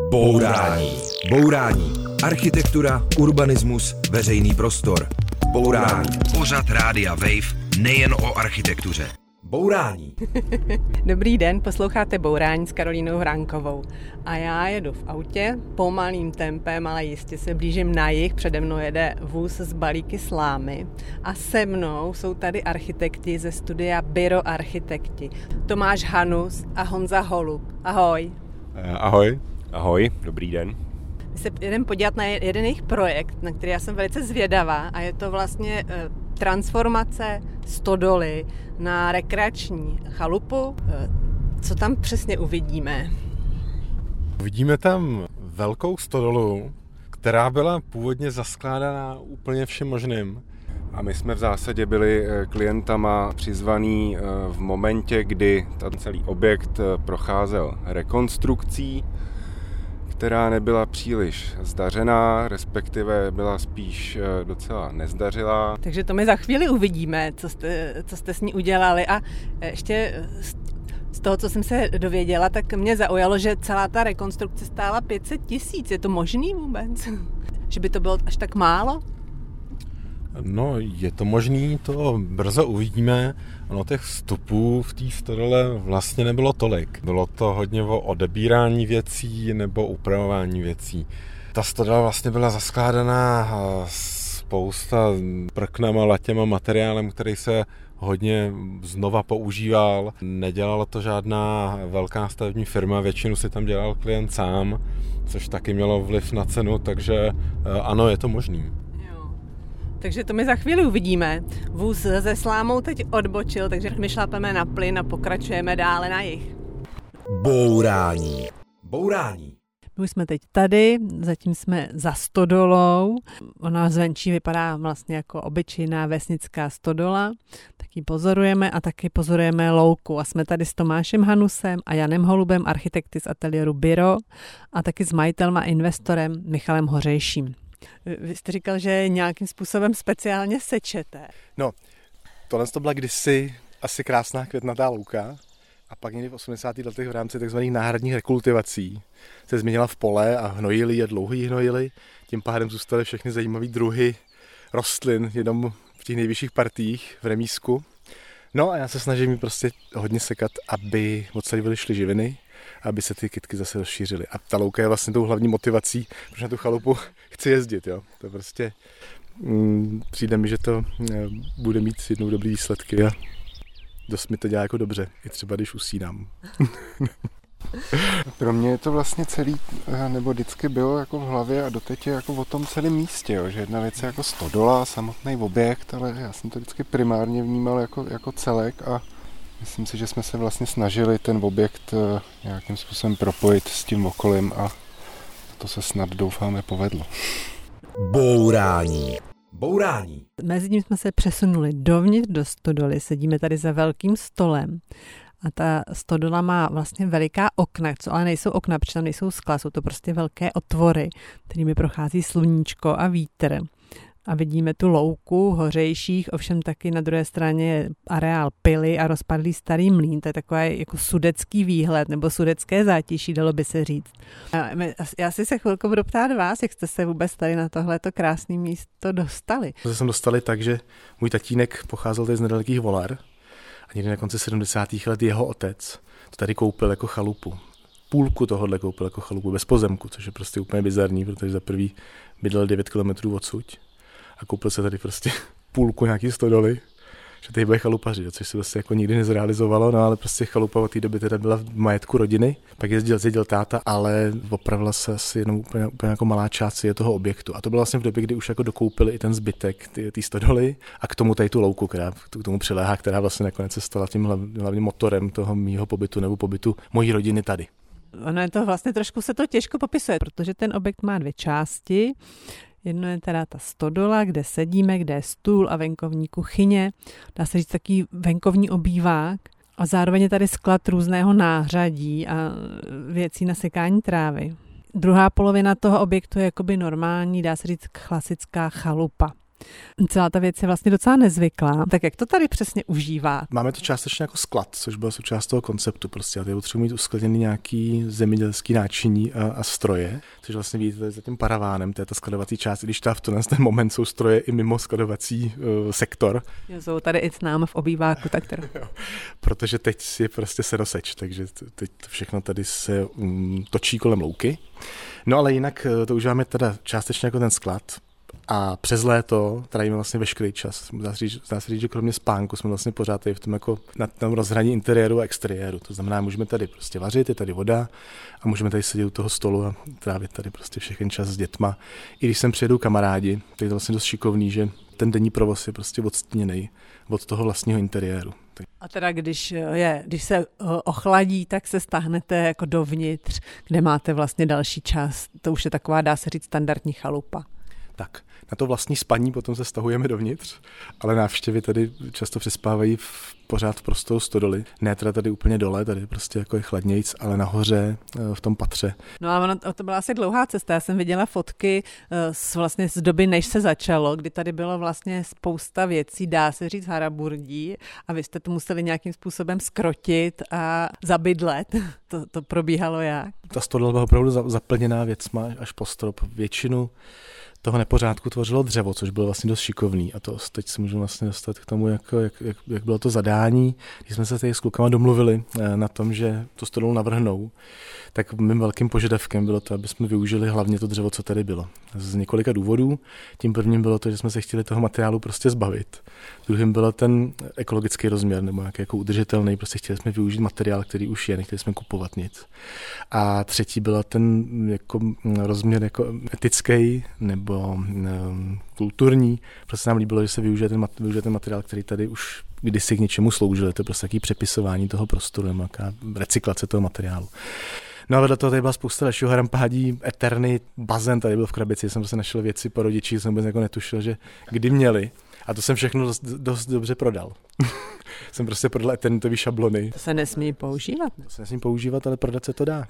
Bourání. Bourání. Architektura, urbanismus, veřejný prostor. Bourání. Pořad Rádia Wave nejen o architektuře. Bourání. Dobrý den, posloucháte Bourání s Karolínou Hránkovou. A já jedu v autě pomalým tempem, ale jistě se blížím na jih. Přede mnou jede vůz z balíky slámy. A se mnou jsou tady architekti ze studia Biro Architekti. Tomáš Hanus a Honza Holub. Ahoj. Ahoj. Ahoj, dobrý den. My se jdeme podívat na jeden jejich projekt, na který já jsem velice zvědavá, a je to vlastně transformace stodoly na rekreační chalupu. Co tam přesně uvidíme? Uvidíme tam velkou stodolu, která byla původně zaskládaná úplně všem možným. A my jsme v zásadě byli klientama přizvaný v momentě, kdy ten celý objekt procházel rekonstrukcí, která nebyla příliš zdařená, respektive byla spíš docela nezdařilá. Takže to my za chvíli uvidíme, co jste s ní udělali. A ještě z toho, co jsem se dověděla, tak mě zaujalo, že celá ta rekonstrukce stála 500 000. Je to možný vůbec? Že by to bylo až tak málo? No, je to možný, to brzo uvidíme. Ono těch vstupů v té stodole vlastně nebylo tolik. Bylo to hodně o odebírání věcí nebo upravování věcí. Ta stodola vlastně byla zaskládaná spousta prknama, latěma, materiálem, který se hodně znova používal. Nedělala to žádná velká stavební firma, většinu si tam dělal klient sám, což taky mělo vliv na cenu, takže ano, je to možný. Takže to my za chvíli uvidíme. Vůz se slámou teď odbočil, takže my šlapeme na plyn a pokračujeme dále na jih. Bourání. Bourání. My už jsme teď tady, zatím jsme za stodolou. Ona zvenčí vypadá vlastně jako obyčejná vesnická stodola. Tak ji pozorujeme a taky pozorujeme louku. A jsme tady s Tomášem Hanusem a Janem Holubem, architekty z ateliéru Biro, a taky s majitelem a investorem Michalem Hořejším. Vy jste říkal, že nějakým způsobem speciálně sečete. No, tohle to byla kdysi asi krásná květnatá louka a pak někdy v 80. letech v rámci tzv. Náhradních rekultivací se změnila v pole a hnojili je, dlouho ji hnojili. Tím pádem zůstaly všechny zajímavé druhy rostlin jenom v těch nejvyšších partiích v remísku. No a já se snažím ji prostě hodně sekat, aby odsaď vyšly živiny, aby se ty kytky zase rozšířily. A ta louka je vlastně tou hlavní motivací, protože na tu chalupu chci jezdit. Jo. To prostě přijde mi, že to bude mít jednou dobrý výsledky a dost mi to dělá jako dobře, i třeba když usínám. Pro mě je to vlastně celý, nebo vždycky bylo jako v hlavě a doteď je jako o tom celém místě, jo. Že jedna věc je jako stodola, samotný objekt, ale já jsem to vždycky primárně vnímal jako celek a myslím si, že jsme se vlastně snažili ten objekt nějakým způsobem propojit s tím okolím a to se snad doufáme povedlo. Bourání. Bourání. Mezitím jsme se přesunuli dovnitř do stodoly, sedíme tady za velkým stolem a ta stodola má vlastně veliká okna, co ale nejsou okna, protože tam nejsou skla, jsou to prostě velké otvory, kterými prochází sluníčko a vítr. A vidíme tu louku Hořejších, ovšem taky na druhé straně je areál pily a rozpadlý starý mlýn. To je takový jako sudecký výhled nebo sudecké zátiší, dalo by se říct. Já si se chvilku budu ptát vás, jak jste se vůbec tady na tohleto krásné místo dostali. To jsem dostali tak, že můj tatínek pocházel tady z nedalekých Volar a někdy na konci 70. let jeho otec to tady koupil jako chalupu. Půlku tohohle koupil jako chalupu bez pozemku, což je prostě úplně bizarní, protože za prvý bydlel 9 kilometrů odsud. A koupil se tady prostě půlku nějaký stodoly, že tady bude chalupaři, což se vlastně jako nikdy nezrealizovalo, no ale prostě chalupa od té doby teda byla v majetku rodiny, pak jezdil táta, ale opravila se asi jenom úplně jako malá část je toho objektu. A to bylo vlastně v době, kdy už jako dokoupili i ten zbytek té stodoly a k tomu tady tu louku, která k tomu přiléhá, která vlastně nakonec se stala tím hlavním motorem toho mýho pobytu nebo pobytu mojí rodiny tady. Ono je to vlastně trošku se to těžko popisuje, protože ten objekt má dvě části. Jedno je teda ta stodola, kde sedíme, kde je stůl a venkovní kuchyně. Dá se říct taký venkovní obývák. A zároveň je tady sklad různého nářadí a věcí na sekání trávy. Druhá polovina toho objektu je jakoby normální, dá se říct klasická chalupa. Celá ta věc je vlastně docela nezvyklá. Tak jak to tady přesně užívá? Máme to částečně jako sklad, což bylo součást toho konceptu. Prostě. A tady potřebuji mít uskladěný nějaký zemědělský náčiní a stroje. Což vlastně vidíte tady za tím paravánem, to je ta skladovací část, když v ten moment jsou stroje i mimo skladovací sektor. Jsou tady i s námi v obýváku, tak teda. Protože teď je prostě seroseč, takže teď všechno tady se točí kolem louky. No ale jinak to užíváme teda částečně jako ten sklad. A přes léto trávíme vlastně veškerý čas. Dá se říct, že kromě spánku jsme vlastně pořád tady v tom jako na tom rozhraní interiéru a exteriéru. To znamená, můžeme tady prostě vařit, je tady voda a můžeme tady sedět u toho stolu a trávit tady prostě všechny čas s dětma. I když sem přijedou kamarádi, tak je to vlastně dost šikovný, že ten denní provoz je prostě odstíněný od toho vlastního interiéru. A teda když se ochladí, tak se stáhnete jako dovnitř, kde máte vlastně další čas. To už je taková, dá se říct, standardní chalupa. Tak, na to vlastní spaní potom se stahujeme dovnitř, ale návštěvy tady často přespávají pořád v prostoru stodoly. Ne teda tady úplně dole, tady prostě jako je chladnějc, ale nahoře v tom patře. No a to byla asi dlouhá cesta. Já jsem viděla fotky vlastně z doby, než se začalo, kdy tady bylo vlastně spousta věcí, dá se říct haraburdí a vy jste to museli nějakým způsobem zkrotit a zabydlet. To probíhalo jak? Ta stodola byla opravdu zaplněná věcma až po strop. Většinu toho nepořádku tvořilo dřevo, což bylo vlastně dost šikovný. A to teď se můžeme vlastně dostat k tomu, jak bylo to zadání. Když jsme se tady s klukama domluvili na tom, že tu stodolu navrhnou, tak mým velkým požadavkem bylo to, aby jsme využili hlavně to dřevo, co tady bylo. Z několika důvodů. Tím prvním bylo to, že jsme se chtěli toho materiálu prostě zbavit. Druhým byl ten ekologický rozměr, nebo jako udržitelný. Prostě chtěli jsme využít materiál, který už je, nechtěli jsme kupovat nic. A třetí byl ten jako rozměr jako etický nebo kulturní. Prostě nám líbilo, že se využije ten materiál, který tady už kdysi k něčemu sloužil. To je prostě takové přepisování toho prostoru, nebo nějaká recyklace toho materiálu. No a vedle toho tady byla spousta dalšího harampádí, Eternit, bazén tady byl v krabici, jsem prostě našel věci po rodičích, jsem vůbec jako netušil, že kdy měli. A to jsem všechno dost dobře prodal. Jsem prostě prodal Eternitový šablony. To se nesmí používat. To se nesmí používat, ale prodat se to dá.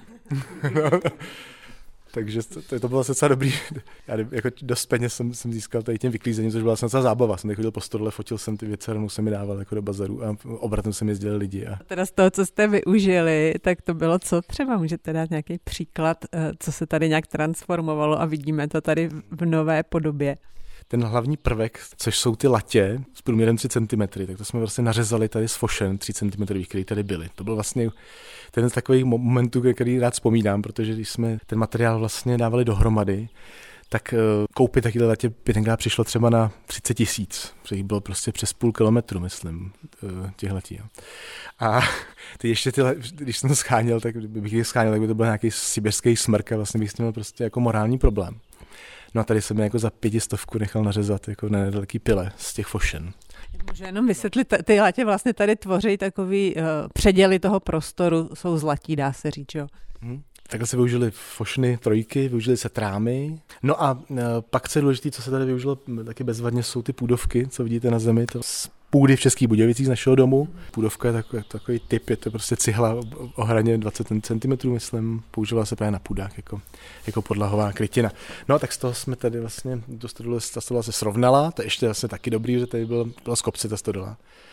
Takže to bylo docela dobrý. Já jako dost peněz jsem získal tady tím vyklízením, což byla docela zábava. Jsem tady chodil po stodole, fotil jsem ty věci, rovnou jsem mi dával jako do bazaru a obratem jsem jezdil lidi. A teda z toho, co jste využili, tak to bylo co? Třeba můžete dát nějaký příklad, co se tady nějak transformovalo a vidíme to tady v nové podobě. Ten hlavní prvek, což jsou ty latě s průměrem 3 cm, tak to jsme vlastně nařezali tady z fošen 3 cm, které tady byly. To byl vlastně ten z takových momentů, který rád vzpomínám, protože když jsme ten materiál vlastně dávali dohromady, tak koupit takové latě tenkrát přišlo třeba na 30 000, protože jich bylo prostě přes půl kilometru, myslím, těch latí. A ty ještě když jsem to scháněl, tak bych je scháněl, tak by to byl nějaký sibirský smrk a vlastně bych s tím měl prostě jako morální problém. No a tady jsem jako za 500 nechal nařezat jako na nedaleký pile z těch fošen. Můžu jenom vysvětlit, ty latě vlastně tady tvoří takový předěly toho prostoru, jsou zlatí, dá se říct, jo? Takhle se využili fošny, trojky, využili se trámy. No a pak, co je důležité, co se tady využilo taky bezvadně, jsou ty půdovky, co vidíte na zemi, to z půdy v Českých Budějovicích z našeho domu. Půdovka je takový typ, je to prostě cihla o hraně 20 cm, myslím, používala se právě na půdách jako podlahová krytina. No tak z toho jsme tady vlastně, ta stodola se srovnala, to je ještě vlastně taky dobrý, že tady byla z kopce ta stodola.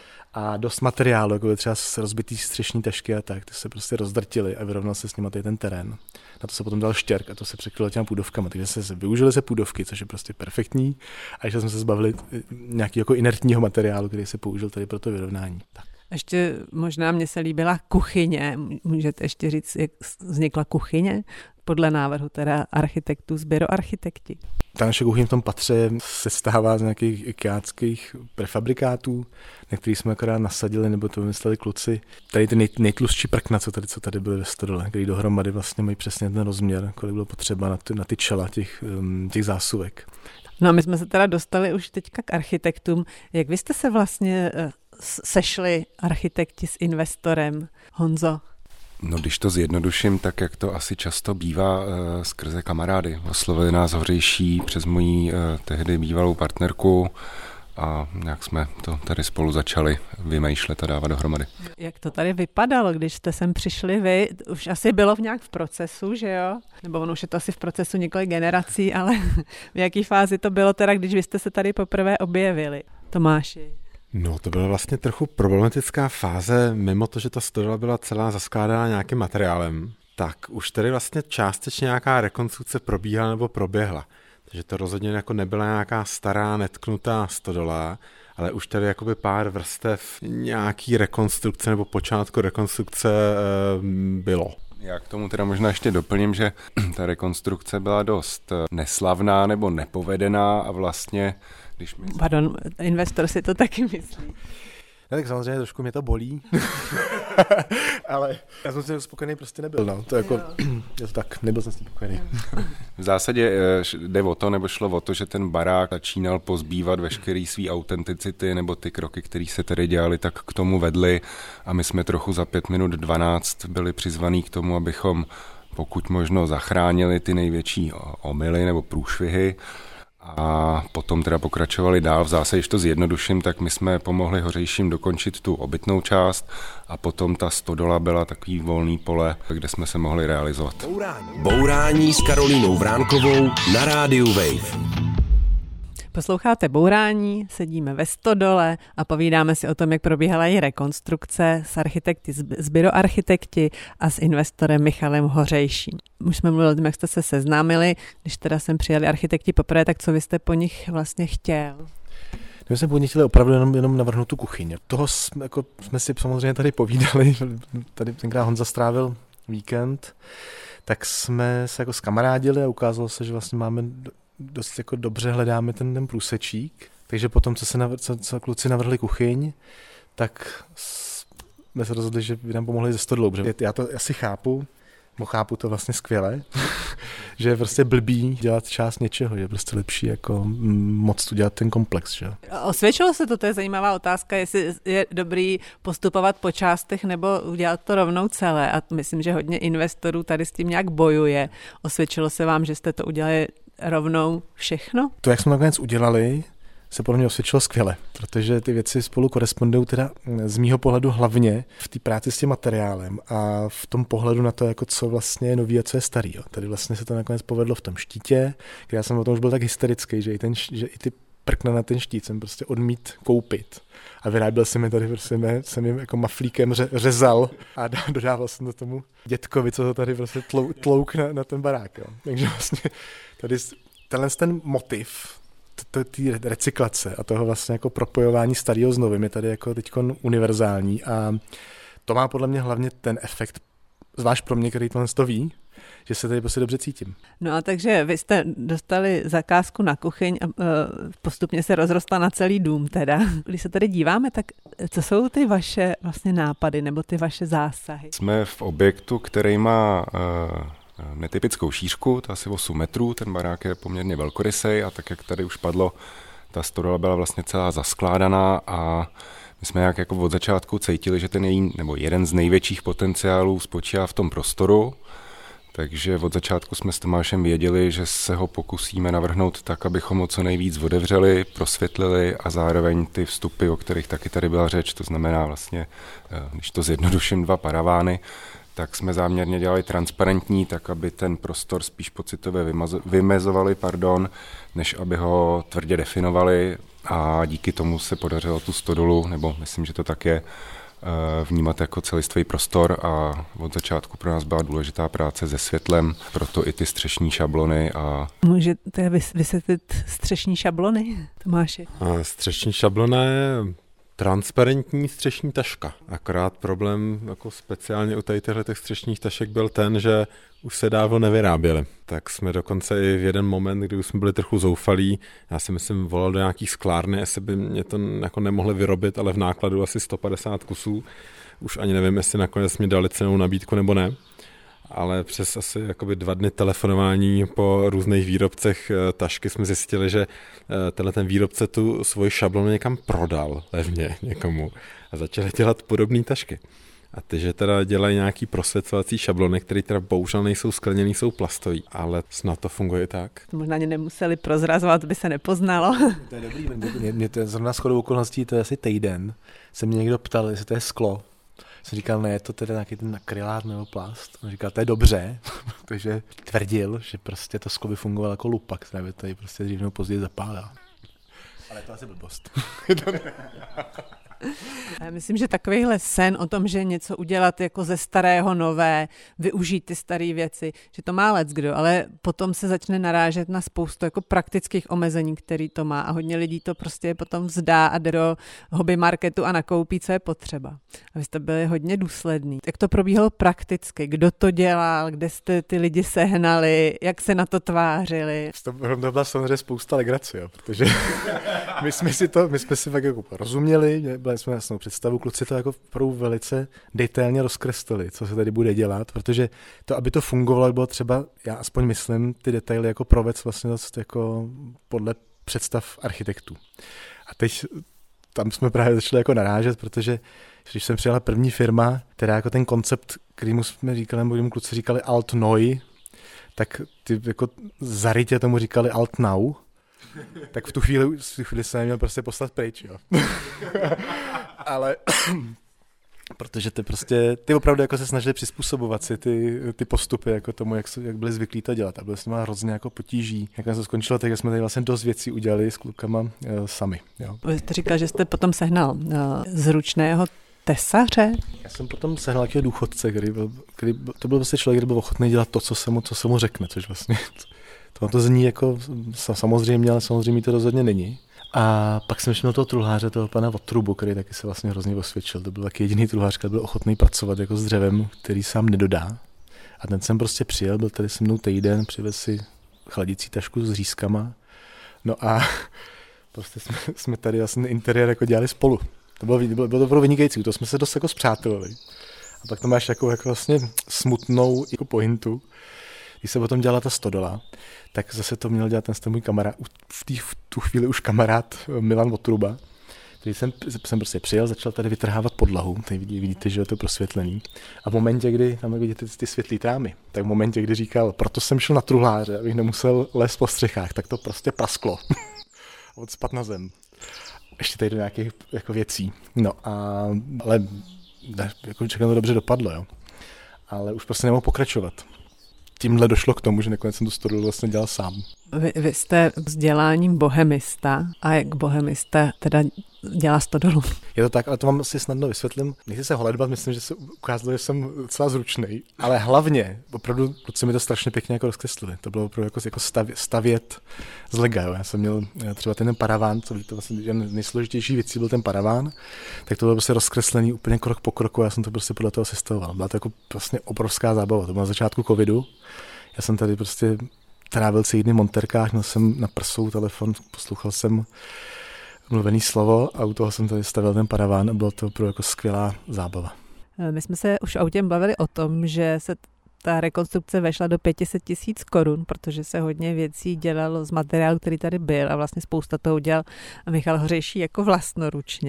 A dost materiálu, jako třeba rozbitý střešní tašky a tak, ty se prostě rozdrtily a vyrovnal se s nimi ten terén. Na to se potom dal štěrk a to se překrylo těma půdovkama, takže využili se půdovky, což je prostě perfektní. A ještě jsme se zbavili nějakého jako inertního materiálu, který se použil tady pro to vyrovnání. Tak. Ještě možná mně se líbila kuchyně. Můžete ještě říct, jak vznikla kuchyně? Podle návrhu teda architektů, Sběroarchitekti. Ta naše kuchyně v tom patře se stává z nějakých ikáckých prefabrikátů, na který jsme akorát nasadili, nebo to vymysleli kluci. Tady ty nejtlustší prkna, co tady byly ve stodole, který dohromady vlastně mají přesně ten rozměr, kolik bylo potřeba na ty čela těch zásuvek. No a my jsme se teda dostali už teďka k architektům. Jak vy jste se vlastně sešli architekti s investorem, Honzo? No když to zjednoduším, tak jak to asi často bývá skrze kamarády. Oslovili nás Hořejší přes moji tehdy bývalou partnerku a nějak jsme to tady spolu začali vymýšlet a dávat dohromady. Jak to tady vypadalo, když jste sem přišli vy? Už asi bylo nějak v procesu, že jo? Nebo ono už je to asi v procesu několik generací, ale v jaký fázi to bylo teda, když vy jste se tady poprvé objevili? Tomáši. No, to byla vlastně trochu problematická fáze, mimo to, že ta stodola byla celá zaskládaná nějakým materiálem, tak už tady vlastně částečně nějaká rekonstrukce probíhala nebo proběhla. Takže to rozhodně jako nebyla nějaká stará, netknutá stodola, ale už tady jakoby pár vrstev nějaký rekonstrukce nebo počátku rekonstrukce bylo. Já k tomu teda možná ještě doplním, že ta rekonstrukce byla dost neslavná nebo nepovedená a vlastně, když my... Pardon, investor si to taky myslí. No, tak samozřejmě trošku mě to bolí, ale já jsem si spokojený prostě nebyl, no. To jako, je to tak, nebyl jsem spokojený. V zásadě jde o to, nebo šlo o to, že ten barák začínal pozbývat veškerý svý autenticity, nebo ty kroky, které se tady dělali, tak k tomu vedli a my jsme trochu za 5 minut 12 byli přizvaní k tomu, abychom pokud možno zachránili ty největší omyly nebo průšvihy. A potom teda pokračovali dál. V zásadě, když to zjednoduším, tak my jsme pomohli Hořejším dokončit tu obytnou část a potom ta stodola byla takový volný pole, kde jsme se mohli realizovat. Bourání s Karolínou Vránkovou na rádiu Wave. Posloucháte Bourání, sedíme ve stodole a povídáme si o tom, jak probíhala její rekonstrukce s architekty z Byroarchitekti a s investorem Michalem Hořejším. Už jsme mluvili o tom, jak jste se seznámili, když teda sem přijeli architekti poprvé, tak co vy jste po nich vlastně chtěl? My jsme po nich chtěli opravdu jenom navrhnout tu kuchyň. Toho jsme si samozřejmě tady povídali, tady tenkrát Honza strávil víkend, tak jsme se jako skamarádili a ukázalo se, že vlastně máme dost jako dobře hledáme ten průsečík, takže potom, co kluci navrhli kuchyň, tak jsme se rozhodli, že by nám pomohli ze stodolou. Já to asi chápu to vlastně skvěle, že je prostě blbý dělat část něčeho, že je prostě lepší jako moc udělat ten komplex. Že? Osvědčilo se to je zajímavá otázka, jestli je dobrý postupovat po částech nebo udělat to rovnou celé a myslím, že hodně investorů tady s tím nějak bojuje. Osvědčilo se vám, že jste to udělali rovnou všechno? To, jak jsme nakonec udělali, se podle mě osvědčilo skvěle, protože ty věci spolu korespondují teda z mýho pohledu hlavně v té práci s tím materiálem a v tom pohledu na to, jako co vlastně je nový a co je starý. Jo. Tady vlastně se to nakonec povedlo v tom štítě, kde já jsem o tom už byl tak hysterický, že i ty prkna na ten štít jsem prostě odmít koupit. A vyráběl jsem je tady, prostě jsem jim jako maflíkem řezal a dodával jsem to tomu dětkovi, co to tady prostě tlouk na ten barák. Jo. Takže vlastně tady ten motiv té recyklace a toho vlastně jako propojování starého s novým je tady jako teďko univerzální a to má podle mě hlavně ten efekt, zvlášť pro mě, který to ví, že se tady prostě dobře cítím. No a takže vy jste dostali zakázku na kuchyň a postupně se rozrostla na celý dům teda. Když se tady díváme, tak co jsou ty vaše vlastně nápady nebo ty vaše zásahy? Jsme v objektu, který má netypickou šířku, to asi 8 metrů, ten barák je poměrně velkorysej a tak, jak tady už padlo, ta stodola byla vlastně celá zaskládaná a my jsme nějak jako od začátku cítili, že jeden z největších potenciálů spočívá v tom prostoru, takže od začátku jsme s Tomášem věděli, že se ho pokusíme navrhnout tak, abychom ho co nejvíc otevřeli, prosvětlili a zároveň ty vstupy, o kterých taky tady byla řeč, to znamená vlastně, když to zjednoduším, 2 paravány, tak jsme záměrně dělali transparentní, tak aby ten prostor spíš pocitově vymezovali, než aby ho tvrdě definovali a díky tomu se podařilo tu stodolu, nebo myslím, že to tak je, vnímat jako celistvý prostor a od začátku pro nás byla důležitá práce se světlem, proto i ty střešní šablony. Můžete vysvětlit střešní šablony, Tomáši? Střešní šablona je transparentní střešní taška. Akorát problém jako speciálně u těchto střešních tašek byl ten, že už se dávno nevyráběly. Tak jsme dokonce i v jeden moment, kdy už jsme byli trochu zoufalí, já si myslím volal do nějaký sklárny, jestli by mě to jako nemohli vyrobit, ale v nákladu asi 150 kusů. Už ani nevím, jestli nakonec mi dali cenou nabídku nebo ne. Ale přes asi jakoby 2 dny telefonování po různých výrobcech tašky jsme zjistili, že ten výrobce tu svoji šablonu někam prodal levně někomu a začali dělat podobné tašky. A ty, že teda dělají nějaký prosvěcovací šablony, které teda bohužel nejsou skleněný, jsou plastový, ale snad to funguje i tak. Možná ani nemuseli prozrazovat, by se nepoznalo. To je dobrý, mě to je zrovna shodou okolností, to je asi týden, se mě někdo ptal, jestli to je sklo. Jsem říkal, ne, je to teda nějaký ten akrylát nebo plast. On říkal, to je dobře, protože tvrdil, že prostě to sklo by fungovalo jako lupa, která by tady prostě dřív nebo později zapálila. Ale to asi blbost. Já myslím, že takovýhle sen o tom, že něco udělat jako ze starého nové, využít ty staré věci, že to má leckdo, ale potom se začne narážet na spoustu jako praktických omezení, který to má a hodně lidí to prostě potom vzdá a jde do hobby marketu a nakoupí, co je potřeba. A vy jste byli hodně důsledný. Jak to probíhalo prakticky? Kdo to dělal? Kde jste ty lidi sehnali? Jak se na to tvářili? To byla samozřejmě spousta legrace, jo, protože my jsme si tak jako rozuměli, byli jsme jasnou představu, kluci to jako opravdu velice detailně rozkreslili, co se tady bude dělat, protože to, aby to fungovalo, bylo třeba, já aspoň myslím, ty detaily jako provést vlastně jako podle představ architektů. A teď tam jsme právě začali jako narážet, protože když jsem přijala první firma, která jako ten koncept, kterýmu jsme říkali, nebo kterýmu kluci říkali Alt Neu, tak ty jako zarytě tomu říkali Alt Now, tak v tu chvíli jsem měl prostě poslat pryč, jo. Ale protože ty opravdu jako se snažili přizpůsobovat si ty postupy jako tomu, jak byli zvyklí to dělat a byli jsme hrozně jako potíží. Jak se to skončilo, tak jsme tady vlastně dost věcí udělali s klukama sami. Jo. Vy jste říkal, že jste potom sehnal zručného tesaře? Já jsem potom sehnal nějakého důchodce, to byl vlastně člověk, který byl ochotný dělat to, co se mu řekne, což vlastně to zní jako samozřejmě, ale samozřejmě to rozhodně není. A pak jsem šel toho truhláře, toho pana Votrubu, který taky se vlastně hrozně osvědčil. To byl taky jediný truhlář, který byl ochotný pracovat jako s dřevem, který sám nedodá. A ten jsem prostě přijel, byl tady se mnou týden, přivez si chladicí tašku s řízkama. No a prostě jsme tady vlastně interiér jako dělali spolu. To bylo to pro vynikající, to jsme se dost jako spřátelili. A pak to máš jako vlastně smutnou jako pointu. Když se potom dělala ta stodola, tak zase to měl dělat ten můj kamarád, v tu chvíli už kamarád Milan Votruba, který jsem prostě přijel, začal tady vytrhávat podlahu, tady vidíte, že je to prosvětlený. A v momentě, kdy tam vidíte ty světlý trámy, tak v momentě, kdy říkal, proto jsem šel na truhláře, abych nemusel lézt po střechách, tak to prostě prasklo. Odspad na zem. Ještě tady do nějakých jako věcí. No ale jako čekám, to dobře dopadlo, jo. Ale už prostě nemohl pokračovat. Tímhle došlo k tomu, že nakonec jsem tu studii vlastně dělal sám. Vy jste vzděláním bohemista a jak bohemista teda dělá stodolu? Je to tak, ale to vám asi snadno vysvětlím. Nechci se holedbat, myslím, že se ukázalo, že jsem docela zručnej, ale hlavně, opravdu, protože mi to strašně pěkně jako rozkreslili. To bylo opravdu jako stavět z lega. Jo. Já jsem měl třeba ten paraván, co byl to vlastně nejsložitější věcí, byl ten paraván, tak to bylo prostě rozkreslený úplně krok po kroku, já jsem to prostě podle toho sestavoval. Byla to jako vlastně obrovská zábava. To bylo na začátku covidu. Já jsem tady prostě trávil celý dny v monterkách, měl jsem na prsou telefon, poslouchal jsem mluvený slovo a u toho jsem tady stavil ten paraván a bylo to opravdu jako skvělá zábava. My jsme se už autem bavili o tom, že se ta rekonstrukce vešla do 500 000 korun, protože se hodně věcí dělalo z materiálu, který tady byl a vlastně spousta toho udělal Michal Hořejší jako vlastnoručně.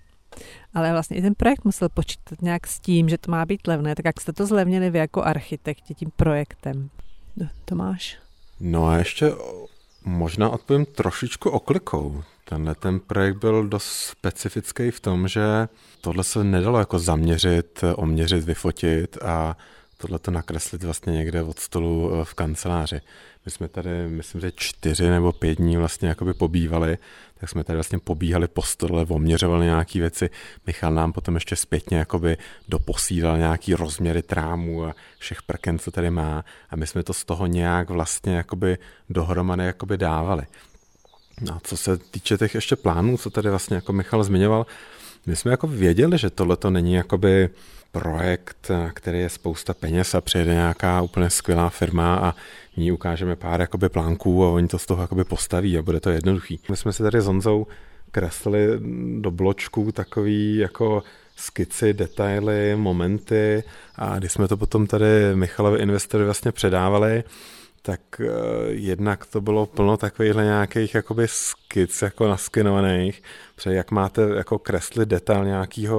Ale vlastně i ten projekt musel počítat nějak s tím, že to má být levné, tak jak jste to zlevnili vy jako architekti tím projektem? Tomáš? No a ještě možná odpovím trošičku oklikou. Ten projekt byl dost specifický v tom, že tohle se nedalo jako zaměřit, oměřit, vyfotit a tohle to nakreslit vlastně někde od stolu v kanceláři. My jsme tady, myslím, že 4 nebo 5 dní vlastně jakoby pobývali, tak jsme tady vlastně pobíhali po stole, oměřovali nějaké věci. Michal nám potom ještě zpětně jakoby doposílal nějaký rozměry trámů a všech prken, co tady má a my jsme to z toho nějak vlastně jakoby dohromady jakoby dávali. No a co se týče těch ještě plánů, co tady vlastně jako Michal zmiňoval, my jsme jako věděli, že tohle to není jakoby projekt, který je spousta peněz a přijede nějaká úplně skvělá firma a ní ukážeme pár jakoby plánků a oni to z toho jakoby postaví a bude to jednoduchý. My jsme si tady s Honzou kreslili do bločků takový jako skici, detaily, momenty a když jsme to potom tady Michalovi investorovi vlastně předávali, tak jednak to bylo plno takovýchhle nějakých jakoby skic jako naskinovaných, protože jak máte jako kreslit detail nějakého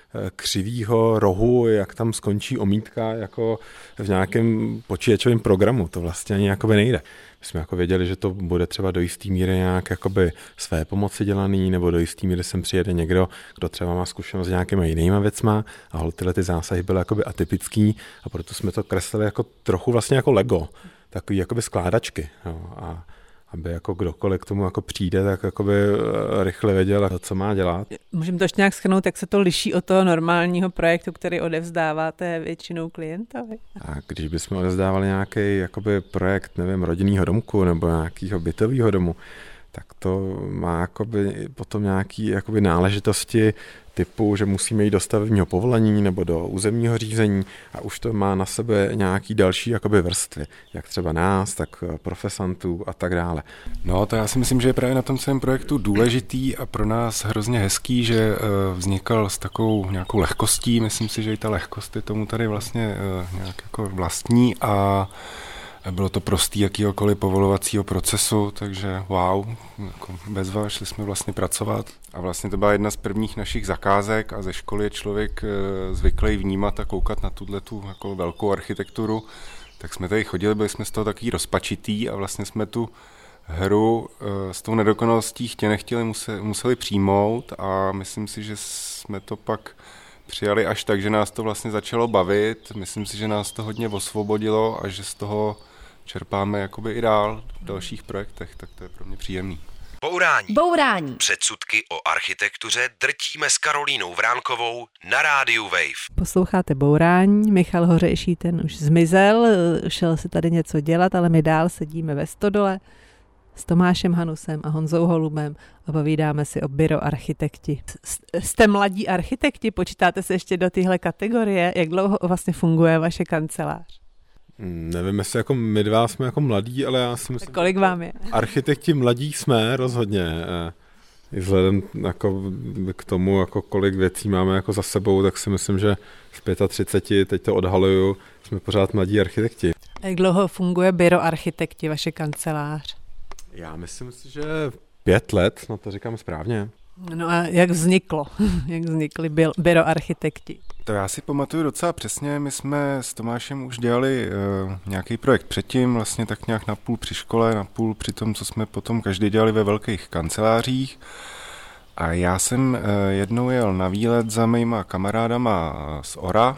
křivýho rohu, jak tam skončí omítka jako v nějakém počítačovém programu. To vlastně ani jakoby nejde. My jsme jako věděli, že to bude třeba do jistý míry nějak jakoby své pomoci dělaný, nebo do jistý míry sem přijede někdo, kdo třeba má zkušenost s nějakýma jinýma věcma a tyhle ty zásahy byly jakoby atypický a proto jsme to kreslili jako trochu vlastně jako Lego, takový jakoby skládačky. Jo, a aby jako kdokoliv k tomu jako přijde, tak jakoby rychle věděl, co má dělat. Můžeme to ještě nějak shrnout, jak se to liší od toho normálního projektu, který odevzdáváte většinou klientovi? A když bychom odevzdávali nějaký jakoby projekt, nevím, rodinného domku nebo nějakého bytového domu, tak to má jakoby potom nějaké jakoby náležitosti typu, že musíme jít do stavebního povolení nebo do územního řízení a už to má na sebe nějaký další jakoby vrstvy, jak třeba nás, tak profesantů a tak dále. No to já si myslím, že je právě na tom celém projektu důležitý a pro nás hrozně hezký, že vznikal s takovou nějakou lehkostí. Myslím si, že i ta lehkost je tomu tady vlastně nějak jako vlastní a bylo to prostý jakýhokoliv povolovacího procesu, takže wow, jako bezva, šli jsme vlastně pracovat. A vlastně to byla jedna z prvních našich zakázek a ze školy je člověk zvyklý vnímat a koukat na tu jako velkou architekturu. Tak jsme tady chodili, byli jsme z toho takový rozpačitý a vlastně jsme tu hru s tou nedokonalostí nechtěli museli přijmout a myslím si, že jsme to pak přijali až tak, že nás to vlastně začalo bavit. Myslím si, že nás to hodně osvobodilo a že z toho čerpáme jakoby i dál v dalších projektech, tak to je pro mě příjemný. Bourání. Předsudky o architektuře drtíme s Karolínou Vránkovou na rádiu Wave. Posloucháte Bourání, Michal Hořejší ten už zmizel, šel si tady něco dělat, ale my dál sedíme ve Stodole s Tomášem Hanusem a Honzou Holubem a povídáme si o bioarchitekti. Jste mladí architekti, počítáte se ještě do téhle kategorie? Jak dlouho vlastně funguje vaše kancelář? Nevím, jestli jako my dva jsme jako mladí, ale já si myslím... Tak kolik vám je? Architekti mladí jsme rozhodně. I vzhledem jako k tomu, jako kolik věcí máme jako za sebou, tak si myslím, že v 35, teď to odhaluju, jsme pořád mladí architekti. Jak dlouho funguje bioarchitekti, vaše kancelář? Já myslím si, že 5 let, no to říkám správně. No a jak vzniklo? Jak vznikli bioarchitekti? To já si pamatuju docela přesně, my jsme s Tomášem už dělali nějaký projekt předtím, vlastně tak nějak napůl při škole, napůl při tom, co jsme potom každý dělali ve velkých kancelářích. A já jsem jednou jel na výlet za mýma kamarádama z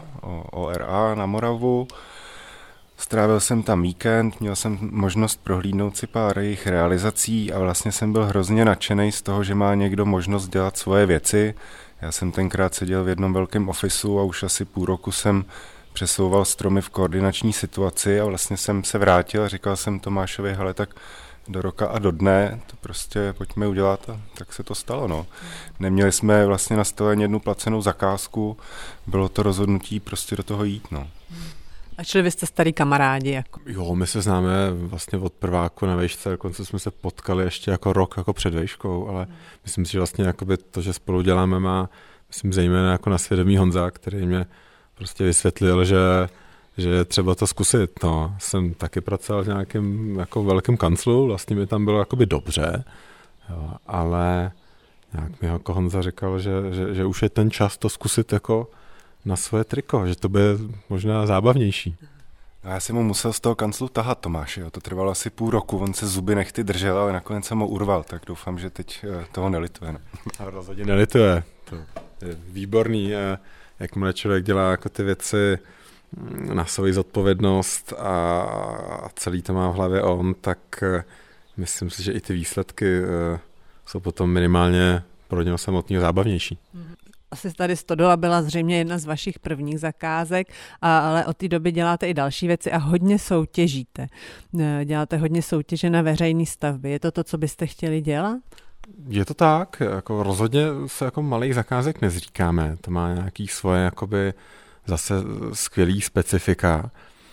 ORA na Moravu. Strávil jsem tam víkend, měl jsem možnost prohlídnout si pár jejich realizací a vlastně jsem byl hrozně nadšený z toho, že má někdo možnost dělat svoje věci. Já jsem tenkrát seděl v jednom velkém ofisu a už asi půl roku jsem přesouval stromy v koordinační situaci a vlastně jsem se vrátil a říkal jsem Tomášovi, hele, tak do roka a do dne to prostě pojďme udělat a tak se to stalo, no. Neměli jsme vlastně na stole ani jednu placenou zakázku, bylo to rozhodnutí prostě do toho jít, no. A čili vy jste starý kamarádi? Jako. Jo, my se známe vlastně od prváku na vejšce, dokonce jsme se potkali ještě jako rok jako před vejškou, ale myslím si, že vlastně jakoby to, že spolu děláme, má, myslím, zejména jako na svědomí Honza, který mě prostě vysvětlil, že je třeba to zkusit. No, jsem taky pracoval v nějakém jako velkém kanclu, vlastně mi tam bylo jakoby dobře, jo, ale nějak mi jako Honza říkal, že už je ten čas to zkusit jako na svoje triko, že to bude možná zábavnější. A já jsem mu musel z toho kanclu tahat, Tomáš, jo. To trvalo asi půl roku, on se zuby nechty držel, ale nakonec jsem ho urval, tak doufám, že teď toho nelituje. No. A rozhodně nelituje. To je výborný, jakmile člověk dělá jako ty věci na svoji zodpovědnost a celý to má v hlavě on, tak myslím si, že i ty výsledky jsou potom minimálně pro něho samotného zábavnější. Asi tady Stodola byla zřejmě jedna z vašich prvních zakázek, ale od té doby děláte i další věci a hodně soutěžíte. Děláte hodně soutěže na veřejné stavby. Je to, co byste chtěli dělat? Je to tak, jako rozhodně se jako malých zakázek nezříkáme. To má nějaký svoje jakoby zase skvělý specifika,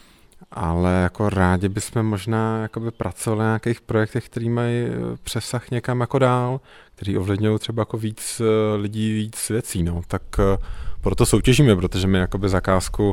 ale jako rádi bychom možná jakoby pracovali na nějakých projektech, který mají přesah někam jako dál, který ovlivňují třeba jako víc lidí, víc věcí, no. Tak proto soutěžíme, protože my jakoby zakázku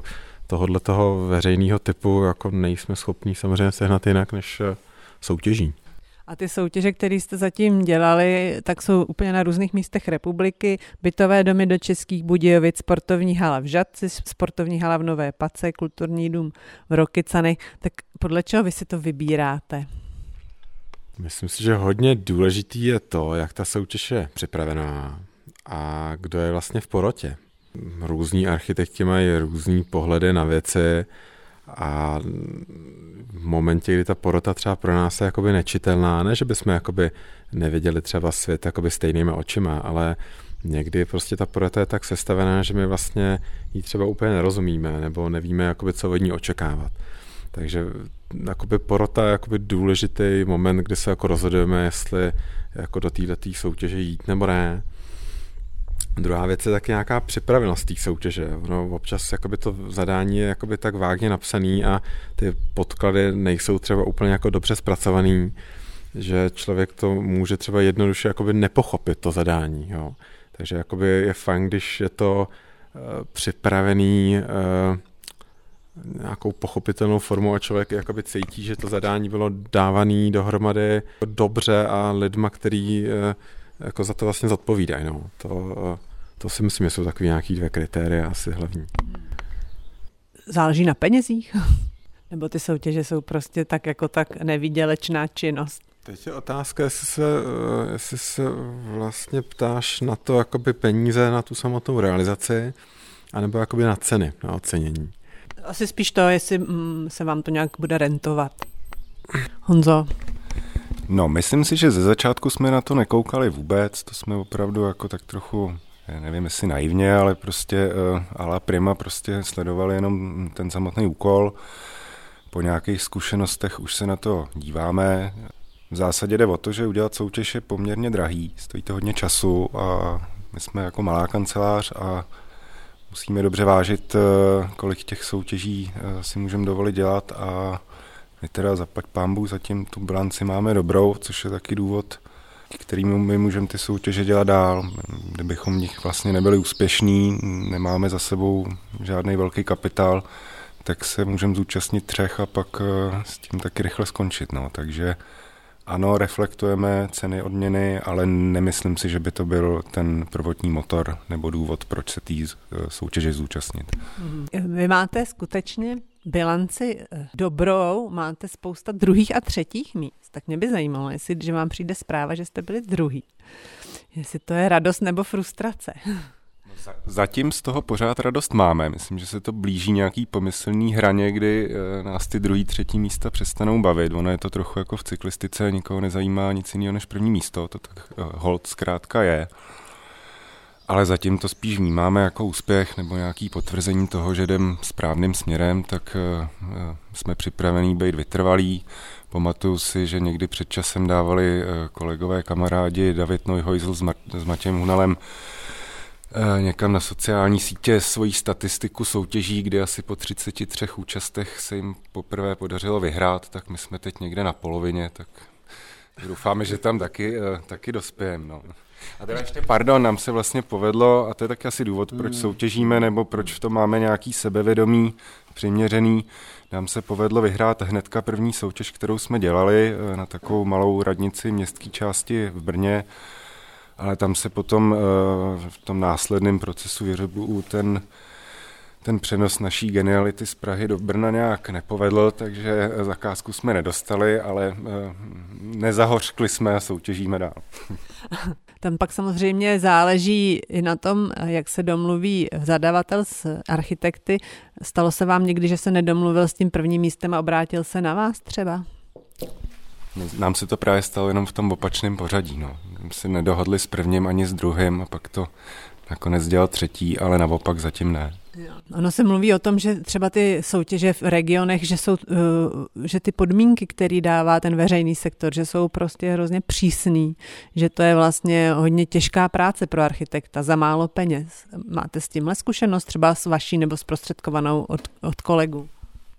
tohoto veřejného typu jako nejsme schopní samozřejmě sehnat jinak než soutěží. A ty soutěže, které jste zatím dělali, tak jsou úplně na různých místech republiky. Bytové domy do Českých Budějovic, sportovní hala v Žatci, sportovní hala v Nové Pace, kulturní dům v Rokycanech. Tak podle čeho vy si to vybíráte? Myslím si, že hodně důležitý je to, jak ta soutěž je připravená a kdo je vlastně v porotě. Různí architekti mají různý pohledy na věci a v momentě, kdy ta porota třeba pro nás je jakoby nečitelná, ne, že bychom jakoby neviděli třeba svět jakoby stejnýma očima, ale někdy prostě ta porota je tak sestavená, že my vlastně jí třeba úplně nerozumíme nebo nevíme, jakoby, co od ní očekávat. Takže jakoby porota je jakoby důležitý moment, kdy se jako rozhodujeme, jestli jako do této soutěže jít nebo ne. Druhá věc je taky nějaká připravenost té soutěže. No, občas jakoby to zadání je jakoby tak vágně napsaný a ty podklady nejsou třeba úplně jako dobře zpracovaný, že člověk to může třeba jednoduše jakoby nepochopit to zadání. Jo. Takže jakoby je fajn, když je to připravený nějakou pochopitelnou formou a člověk jakoby cítí, že to zadání bylo dávané dohromady dobře a lidma, který jako za to vlastně zodpovídají. No. To si myslím, že jsou takový nějaký 2 kritéria asi hlavní. Záleží na penězích? Nebo ty soutěže jsou prostě tak jako tak nevýdělečná činnost? Teď je otázka, jestli se vlastně ptáš na to jakoby peníze, na tu samotnou realizaci, anebo jakoby na ceny, na ocenění. Asi spíš to, jestli se vám to nějak bude rentovat. Honzo? No, myslím si, že ze začátku jsme na to nekoukali vůbec, to jsme opravdu jako tak trochu, nevím jestli naivně, ale prostě à la prima prostě sledovali jenom ten samotný úkol. Po nějakých zkušenostech už se na to díváme. V zásadě jde o to, že udělat soutěž je poměrně drahý, stojí to hodně času a my jsme jako malá kancelář a musíme dobře vážit, kolik těch soutěží si můžeme dovolit dělat a my teda zaplať pánbůh zatím tu bilanci máme dobrou, což je taky důvod, kterým my můžeme ty soutěže dělat dál. Kdybychom v nich vlastně nebyli úspěšní, nemáme za sebou žádný velký kapitál, tak se můžeme zúčastnit 3 a pak s tím taky rychle skončit. No. Takže ano, reflektujeme ceny, odměny, ale nemyslím si, že by to byl ten prvotní motor nebo důvod, proč se té soutěže zúčastnit. Vy máte skutečně bilanci dobrou, máte spousta 2. a 3. míst. Tak mě by zajímalo, že vám přijde zpráva, že jste byli 2. Jestli to je radost nebo frustrace. Zatím z toho pořád radost máme. Myslím, že se to blíží nějaký pomyslný hraně, kdy nás ty 2., 3. místa přestanou bavit. Ono je to trochu jako v cyklistice, nikoho nezajímá nic jiného než 1. místo. To tak holt zkrátka je. Ale zatím to spíš vnímáme jako úspěch nebo nějaký potvrzení toho, že jdem správným směrem, tak jsme připravení být vytrvalí. Pamatuju si, že někdy před časem dávali kolegové kamarádi David Neuheusl s Matějem Hunalem někam na sociální sítě svoji statistiku soutěží, kdy asi po 33 účastech se jim poprvé podařilo vyhrát, tak my jsme teď někde na polovině, tak doufáme, že tam taky dospějeme. No. A teda ještě, nám se vlastně povedlo, a to je taky asi důvod, proč soutěžíme, nebo proč v tom máme nějaký sebevědomí přiměřený, nám se povedlo vyhrát hnedka první soutěž, kterou jsme dělali na takovou malou radnici městské části v Brně, ale tam se potom v tom následném procesu výrobu ten přenos naší geniality z Prahy do Brna nějak nepovedl, takže zakázku jsme nedostali, ale nezahořkli jsme a soutěžíme dál. Tam pak samozřejmě záleží i na tom, jak se domluví zadavatel s architekty. Stalo se vám někdy, že se nedomluvil s tím 1. místem a obrátil se na vás třeba? Nám se to právě stalo jenom v tom opačném pořadí. No. Si nedohodli s 1. ani s 2. a pak to nakonec dělal 3., ale naopak zatím ne. Ono se mluví o tom, že třeba ty soutěže v regionech, že ty podmínky, které dává ten veřejný sektor, že jsou prostě hrozně přísný, že to je vlastně hodně těžká práce pro architekta za málo peněz. Máte s tímhle zkušenost třeba s vaší nebo zprostředkovanou od kolegů?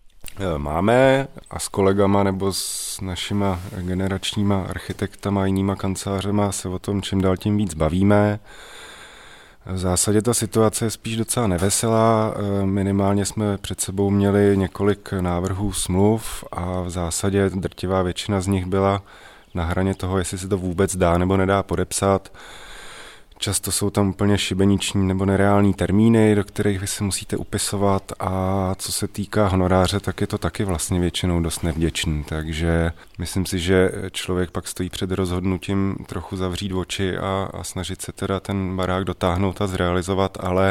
Máme a s kolegama nebo s našima generačníma architektama a jinýma kancelářema se o tom čím dál tím víc bavíme. V zásadě ta situace je spíš docela neveselá, minimálně jsme před sebou měli několik návrhů smluv a v zásadě drtivá většina z nich byla na hraně toho, jestli se to vůbec dá nebo nedá podepsat. Často jsou tam úplně šibeniční nebo nereální termíny, do kterých vy se musíte upisovat, a co se týká honoráře, tak je to taky vlastně většinou dost nevděčný. Takže myslím si, že člověk pak stojí před rozhodnutím trochu zavřít oči a snažit se teda ten barák dotáhnout a zrealizovat, ale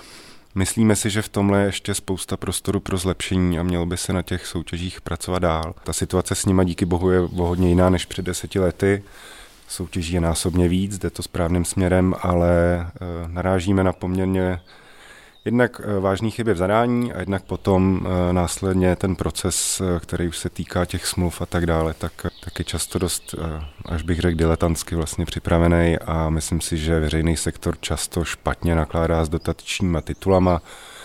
myslíme si, že v tomhle je ještě spousta prostoru pro zlepšení a mělo by se na těch soutěžích pracovat dál. Ta situace s nima díky bohu je hodně jiná než před 10 lety. Soutěží je násobně víc, jde to správným směrem, ale narážíme na poměrně jednak vážný chyby v zadání a jednak potom následně ten proces, který už se týká těch smluv a tak dále, tak je často dost, až bych řekl, diletantsky vlastně připravený, a myslím si, že veřejný sektor často špatně nakládá s dotačníma titulama.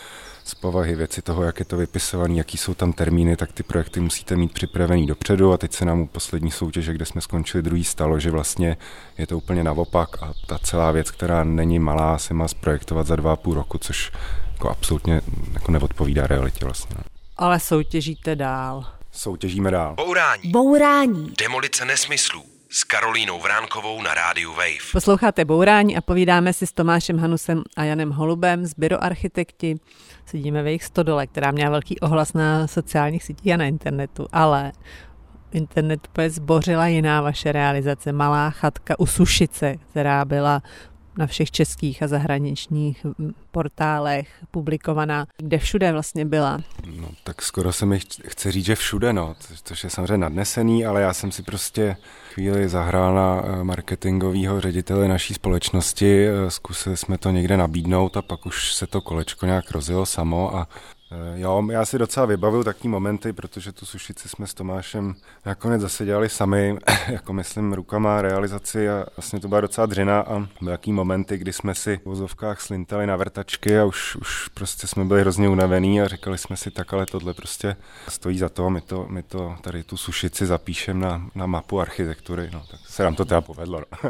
Z povahy věci toho, jak je to vypisovaný, jaký jsou tam termíny, tak ty projekty musíte mít připravený dopředu, a teď se nám u poslední soutěže, kde jsme skončili druhý, stalo, že vlastně je to úplně naopak a ta celá věc, která není malá, se má zprojektovat za 2,5 roku, což jako absolutně jako neodpovídá realitě vlastně. Ale soutěžíte dál. Soutěžíme dál. Bourání. Demolice nesmyslů s Karolínou Vránkovou na rádiu Wave. Posloucháte Bourání a povídáme si s Tomášem Hanusem a Janem Holubem z Byro Architekti. Sedíme v jejich stodole, která měla velký ohlas na sociálních sítích a na internetu, ale internet zbořila jiná vaše realizace. Malá chatka u Sušice, která byla na všech českých a zahraničních portálech publikovaná, kde všude vlastně byla. No tak skoro se mi chce říct, že všude, no, což je samozřejmě nadnesený, ale já jsem si prostě chvíli zahrál na marketingového ředitele naší společnosti, zkusili jsme to někde nabídnout a pak už se to kolečko nějak rozjelo samo a jo, já si docela vybavuju taky momenty, protože tu Sušici jsme s Tomášem nakonec zase dělali sami, jako myslím rukama realizaci, a vlastně to byla docela dřina a byly taký momenty, kdy jsme si v vozovkách slintali na vrtačky a už prostě jsme byli hrozně unavení a říkali jsme si, tak ale tohle prostě stojí za to, my to tady tu Sušici zapíšeme na mapu architektury, no, tak se nám to teda povedlo. No.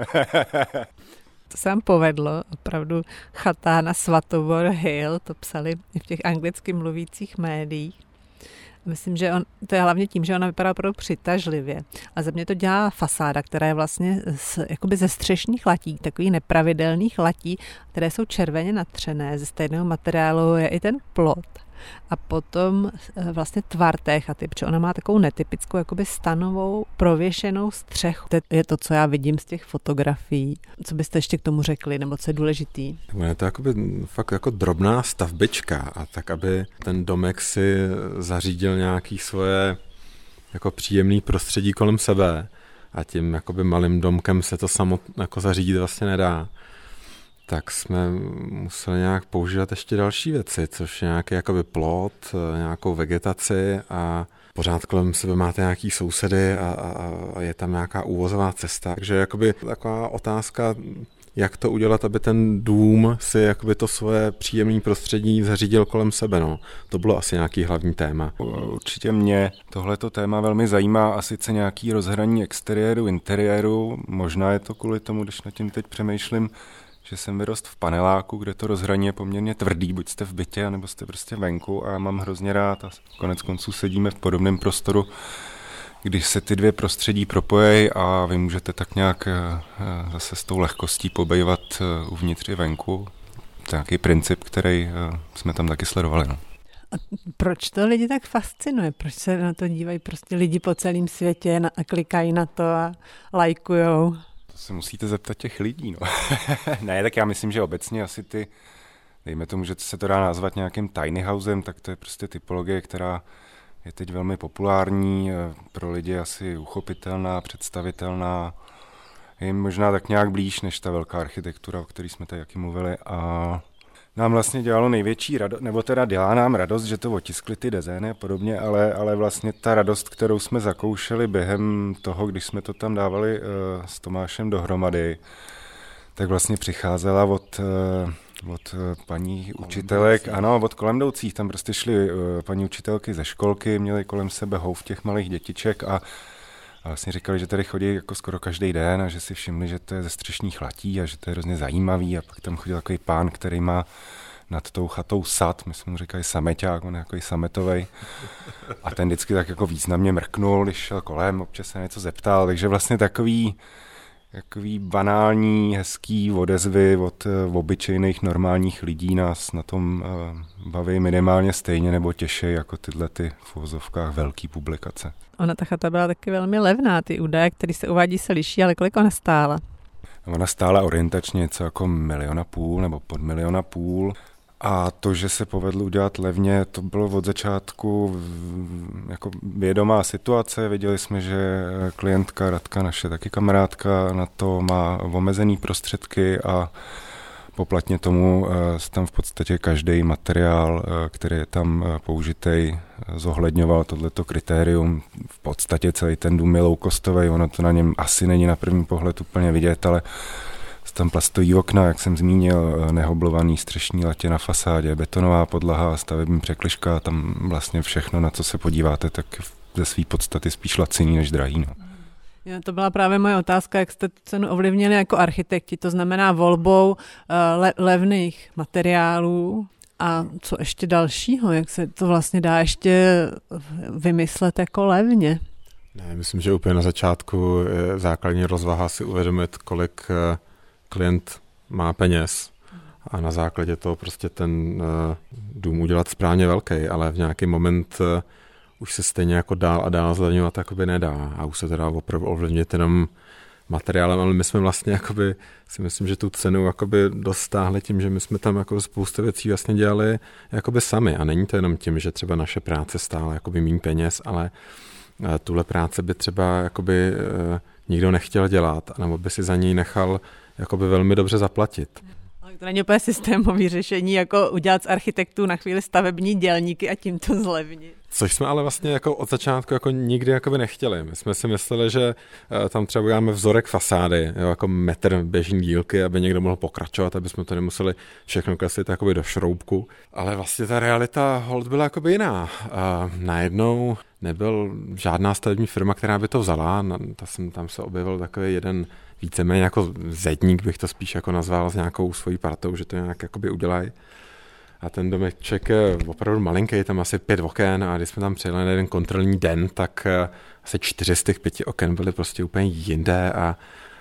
To se vám povedlo, opravdu chata na Svatobor Hill, to psali i v těch anglicky mluvících médiích. Myslím, že to je hlavně tím, že ona vypadá opravdu přitažlivě. A za mě to dělá fasáda, která je vlastně jakoby ze střešních latí, takových nepravidelných latí, které jsou červeně natřené, ze stejného materiálu je i ten plot. A potom vlastně tvar té chaty, protože ona má takovou netypickou jakoby stanovou prověšenou střechu. To je to, co já vidím z těch fotografií. Co byste ještě k tomu řekli, nebo co je důležitý? Je to jakoby fakt jako drobná stavbička a tak, aby ten domek si zařídil nějaký svoje jako příjemný prostředí kolem sebe a tím jakoby malým domkem se to samo jako zařídit vlastně nedá. Tak jsme museli nějak používat ještě další věci, což je nějaký jakoby plot, nějakou vegetaci a pořád kolem sebe máte nějaký sousedy a je tam nějaká úvozová cesta. Takže jakoby taková otázka, jak to udělat, aby ten dům si jakoby to svoje příjemné prostředí zařídil kolem sebe. No. To bylo asi nějaký hlavní téma. Určitě mě tohleto téma velmi zajímá, a sice nějaký rozhraní exteriéru, interiéru. Možná je to kvůli tomu, když nad tím teď přemýšlím, že jsem vyrost v paneláku, kde to rozhraní je poměrně tvrdý, buď jste v bytě, anebo jste prostě venku, a já mám hrozně rád a konec konců sedíme v podobném prostoru, když se ty dvě prostředí propojí a vy můžete tak nějak zase s tou lehkostí pobejvat uvnitř i venku. To je nějaký princip, který jsme tam taky sledovali. No. A proč to lidi tak fascinuje? Proč se na to dívají prostě lidi po celém světě a klikají na to a lajkujou? To se musíte zeptat těch lidí. No. Ne, tak já myslím, že obecně asi dejme tomu, že se to dá nazvat nějakým tiny housem, tak to je prostě typologie, která je teď velmi populární, pro lidi asi uchopitelná, představitelná, je jim možná tak nějak blíž než ta velká architektura, o které jsme tady taky mluvili, a nám vlastně dělalo největší radost, nebo teda dělá nám radost, že to otiskli ty dezény a podobně, ale vlastně ta radost, kterou jsme zakoušeli během toho, když jsme to tam dávali s Tomášem dohromady, tak vlastně přicházela od paní učitelek, ano, od kolem jdoucích, tam prostě šly paní učitelky ze školky, měly kolem sebe houf těch malých dětiček a vlastně říkali, že tady chodí jako skoro každý den a že si všimli, že to je ze střešních latí a že to je hrozně zajímavý, a pak tam chodil takový pán, který má nad tou chatou sad, my jsme mu říkali sameťák, on je takový sametovej. A ten vždycky tak jako významně mrknul, když šel kolem, občas se něco zeptal, takže vlastně takový banální, hezký odezvy od obyčejných normálních lidí nás na tom baví minimálně stejně nebo těší jako tyhle ty v uvozovkách velký publikace. Ona ta chata byla taky velmi levná, ty údaje, které se uvádí, se liší, ale kolik ona stála? Ona stála orientačně něco jako 1,5 milionu nebo pod 1,5 milionu. A to, že se povedlo udělat levně, to bylo od začátku jako vědomá situace. Viděli jsme, že klientka Radka, naše taky kamarádka, na to má omezený prostředky a poplatně tomu tam v podstatě každý materiál, který je tam použitej, zohledňoval tohleto kritérium. V podstatě celý ten dům je low-costový, ono to na něm asi není na první pohled úplně vidět, ale tam plastový okna, jak jsem zmínil, nehoblovaný střešní latě na fasádě, betonová podlaha, stavební překližka, tam vlastně všechno, na co se podíváte, tak ze své podstaty spíš laciný než drahý. No. To byla právě moje otázka, jak jste cenu ovlivnili jako architekti, to znamená volbou levných materiálů a co ještě dalšího, jak se to vlastně dá ještě vymyslet jako levně? Ne, myslím, že úplně na začátku je základní rozvaha si uvědomit, kolik klient má peněz a na základě toho prostě ten dům udělat správně velký, ale v nějaký moment už se stejně jako dál a dál zlevňovat jakoby nedá a už se teda opravdu ovlivnit jenom materiálem, ale my jsme vlastně jakoby, si myslím, že tu cenu jakoby dostáhli tím, že my jsme tam jako spoustu věcí vlastně dělali jakoby sami a není to jenom tím, že třeba naše práce stála jakoby méně peněz, ale tuhle práce by třeba jakoby nikdo nechtěl dělat, nebo by si za ní nechal jakoby velmi dobře zaplatit. Ale to není úplně systémové řešení, jako udělat z architektů na chvíli stavební dělníky a tím to zlevnit. Což jsme ale vlastně jako od začátku jako nikdy jakoby nechtěli. My jsme si mysleli, že tam třeba uděláme vzorek fasády, jo, jako metr běžný dílky, aby někdo mohl pokračovat, aby jsme to nemuseli všechno kreslit jakoby do šroubku. Ale vlastně ta realita holt byla jakoby jiná. Najednou nebyl žádná stavební firma, která by to vzala. Tam se objevil takový jeden víceméně jako zedník, bych to spíš jako nazval, s nějakou svojí partou, že to nějak jakoby udělají. A ten domeček je opravdu malinký, tam asi 5 oken a když jsme tam přijeli na jeden kontrolní den, tak asi 4 z těch 5 oken byly prostě úplně jinde a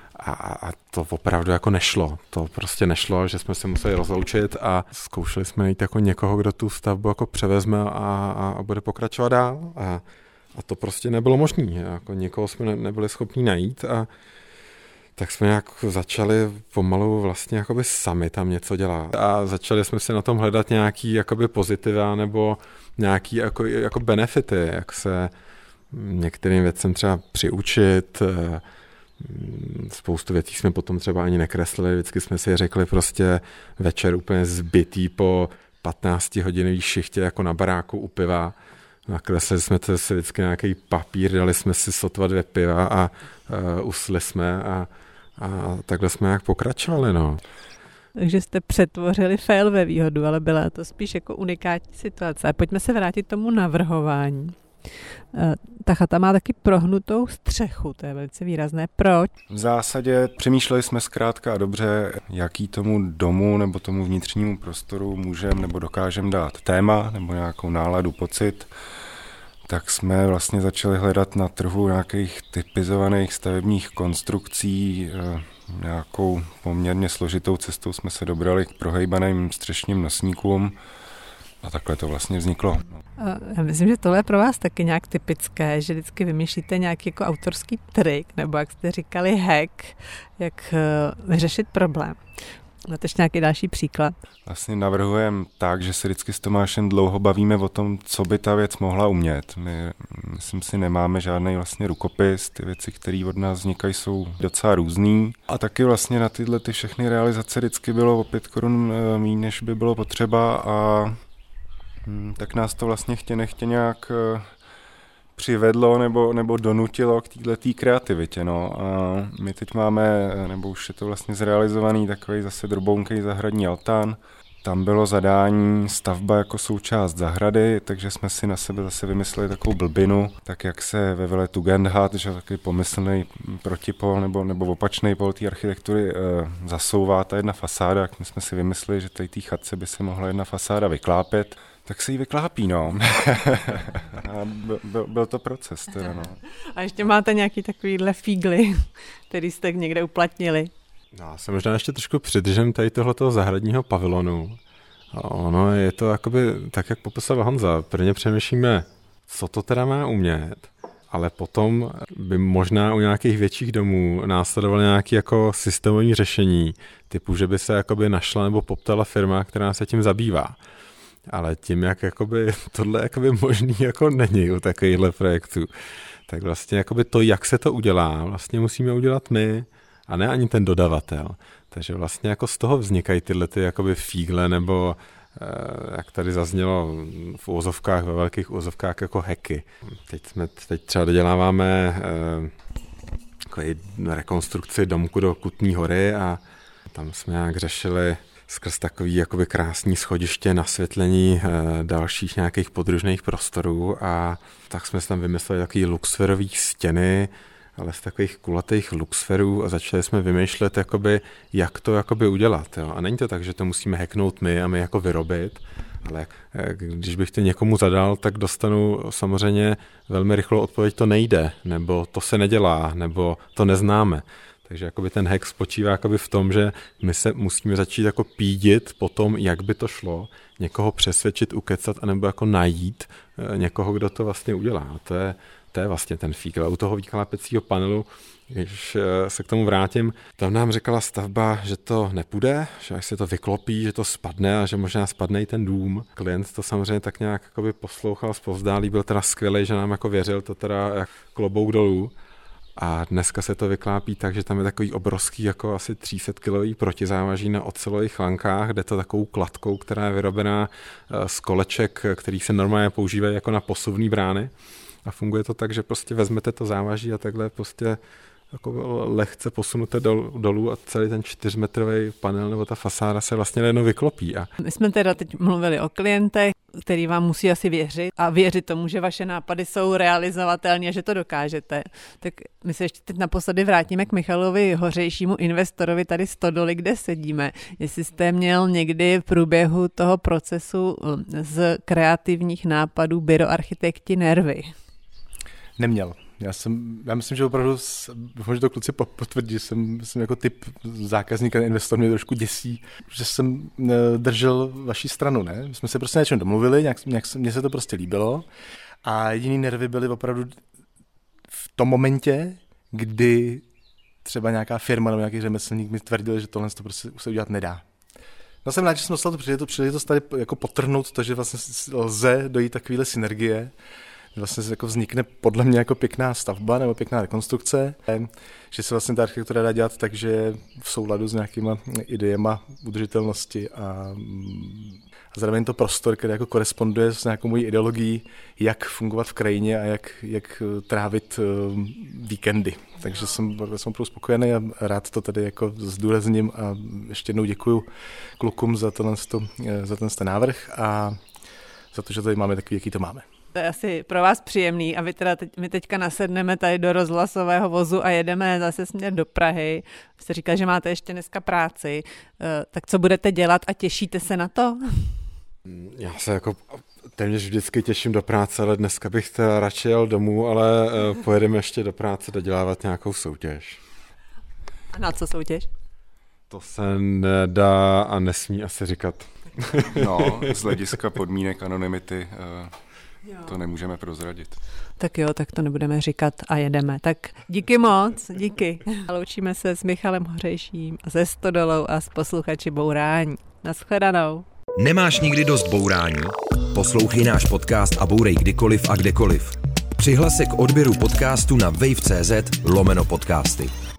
to opravdu jako nešlo. To prostě nešlo, že jsme se museli rozloučit a zkoušeli jsme jít jako někoho, kdo tu stavbu jako převezme a bude pokračovat dál. A to prostě nebylo možné. Jako někoho jsme nebyli schopni najít a tak jsme nějak začali pomalu vlastně jakoby sami tam něco dělat. A začali jsme si na tom hledat nějaký jakoby pozitiva nebo nějaký jako benefity, jak se některým věcem třeba přiučit. Spoustu věcí jsme potom třeba ani nekreslili, vždycky jsme si řekli prostě večer úplně zbytý po 15-hodinový šichtě jako na baráku u piva. Nakreslili jsme to si vždycky nějaký papír, dali jsme si sotva 2 piva a usli jsme a takhle jsme jak pokračovali, no. Takže jste přetvořili fail ve výhodu, ale byla to spíš jako unikátní situace. A pojďme se vrátit tomu navrhování. Ta chata má taky prohnutou střechu, to je velice výrazné. Proč? V zásadě přemýšleli jsme zkrátka a dobře, jaký tomu domu nebo tomu vnitřnímu prostoru můžeme nebo dokážeme dát téma nebo nějakou náladu, pocit. Tak jsme vlastně začali hledat na trhu nějakých typizovaných stavebních konstrukcí. Nějakou poměrně složitou cestou jsme se dobrali k prohejbaným střešním nosníkům a takhle to vlastně vzniklo. Já myslím, že tohle je pro vás taky nějak typické, že vždycky vymýšlíte nějaký jako autorský trik, nebo jak jste říkali hack, jak vyřešit problém. Máte ještě nějaký další příklad? Vlastně navrhujeme tak, že se vždycky s Tomášem dlouho bavíme o tom, co by ta věc mohla umět. My, myslím si, nemáme žádný vlastně rukopis, ty věci, které od nás vznikají, jsou docela různý. A taky vlastně na tyhle ty všechny realizace vždycky bylo o 5 korun méně, než by bylo potřeba a tak nás to vlastně nechtě nějak přivedlo nebo donutilo k této kreativitě. No. A my teď máme, nebo už je to vlastně zrealizovaný, takový zase drobounkej zahradní altán. Tam bylo zadání stavba jako součást zahrady, takže jsme si na sebe zase vymysleli takovou blbinu, tak jak se ve vile Tugendhat, že takový pomyslný protipol nebo opačný pol té architektury zasouvá ta jedna fasáda, tak my jsme si vymysleli, že tady té chatce by se mohla jedna fasáda vyklápět, tak se jí vyklápí, no. A byl to proces teda, no. A ještě máte nějaký takovýhle fígly, který jste někde uplatnili? No, já jsem možná ještě trošku přidržen tady tohoto zahradního pavilonu. A ono je to jakoby tak, jak popisal Honza. Prvně přemýšlíme, co to teda má umět, ale potom by možná u nějakých větších domů následovalo nějaké jako systémové řešení, typu, že by se jakoby našla nebo poptala firma, která se tím zabývá. Ale tím, jak jakoby tohle jakoby možný jako není u takovýchhle projektů, tak vlastně jakoby to, jak se to udělá, vlastně musíme udělat my, a ne ani ten dodavatel. Takže vlastně jako z toho vznikají tyhle ty jakoby fígle, nebo jak tady zaznělo v úvozovkách, ve velkých úvozovkách jako hacky. Teď třeba doděláváme rekonstrukci domku do Kutní Hory a tam jsme nějak řešili skrz takový jakoby krásný schodiště, nasvětlení dalších nějakých podružných prostorů a tak jsme si tam vymysleli takový luxferový stěny, ale z takových kulatých luxferů a začali jsme vymýšlet, jakoby, jak to jakoby udělat. Jo. A není to tak, že to musíme hacknout my a my jako vyrobit, ale když bych to někomu zadal, tak dostanu samozřejmě velmi rychlou odpověď, to nejde, nebo to se nedělá, nebo to neznáme. Takže jakoby ten hack spočívá jakoby v tom, že my se musíme začít jako pídit po tom, jak by to šlo, někoho přesvědčit, ukecat, anebo jako najít někoho, kdo to vlastně udělá. To je vlastně ten fígl. U toho vyklápěcího panelu, když se k tomu vrátím, tam nám řekla stavba, že to nepůjde, že až se to vyklopí, že to spadne a že možná spadne i ten dům. Klient to samozřejmě tak nějak jakoby poslouchal zpovzdálí, byl teda skvělej, že nám jako věřil, to teda jak klobouk dolů. A dneska se to vyklápí tak, že tam je takový obrovský, jako asi 300 kilový protizávaží na ocelových lankách, kde to takovou kladkou, která je vyrobená z koleček, který se normálně používají jako na posuvní brány. A funguje to tak, že prostě vezmete to závaží a takhle prostě jako lehce posunuté dolů a celý ten 4metrový panel nebo ta fasáda se vlastně najednou vyklopí. My jsme teda teď mluvili o klientech, který vám musí asi věřit a věřit tomu, že vaše nápady jsou realizovatelné a že to dokážete. Tak my se ještě teď naposledy vrátíme k Michalovi Hořejšímu, investorovi tady Stodoly, kde sedíme. Jestli jste měl někdy v průběhu toho procesu z kreativních nápadů bioarchitekti nervy? Neměl. Já myslím, že opravdu, možná to kluci potvrdí, že jsem jako typ zákazníka, investor mě trošku děsí, že jsem držel vaši stranu, ne? My jsme se prostě něčem domluvili, mně se to prostě líbilo a jediný nervy byly opravdu v tom momentě, kdy třeba nějaká firma nebo nějaký řemeslník mi tvrdil, že tohle to prostě se udělat nedá. No jsem rád, že jsem dostal tu příležitost tady jako podtrhnout to, že vlastně lze dojít takovéhle synergie, vlastně jako vznikne podle mě jako pěkná stavba nebo pěkná rekonstrukce, že se vlastně ta architektura dá dělat tak, že je v souladu s nějakýma idejema udržitelnosti a zároveň to prostor, který jako koresponduje s nějakou mojí ideologií, jak fungovat v krajině a jak trávit víkendy. Takže jsem opravdu spokojený a rád to tady jako zdůrazním a ještě jednou děkuju klukům za ten návrh a za to, že tady máme takový, jaký to máme. To je asi pro vás příjemný a my teďka nasedneme tady do rozhlasového vozu a jedeme zase směr do Prahy. Jste říkal, že máte ještě dneska práci, tak co budete dělat a těšíte se na to? Já se jako téměř vždycky těším do práce, ale dneska bych teda radši jel domů, ale pojedeme ještě do práce dodělávat nějakou soutěž. A na co soutěž? To se nedá a nesmí asi říkat. No, z hlediska podmínek anonymity to nemůžeme prozradit. Tak jo, tak to nebudeme říkat a jedeme. Tak díky moc, díky. Loučíme se s Michalem Hořejším, se Stodolou a s posluchači Bourání. Naschledanou. Nemáš nikdy dost bourání? Poslouchej náš podcast a bourej kdykoliv a kdekoliv. Přihlas se k odběru podcastu na wave.cz/podcasty.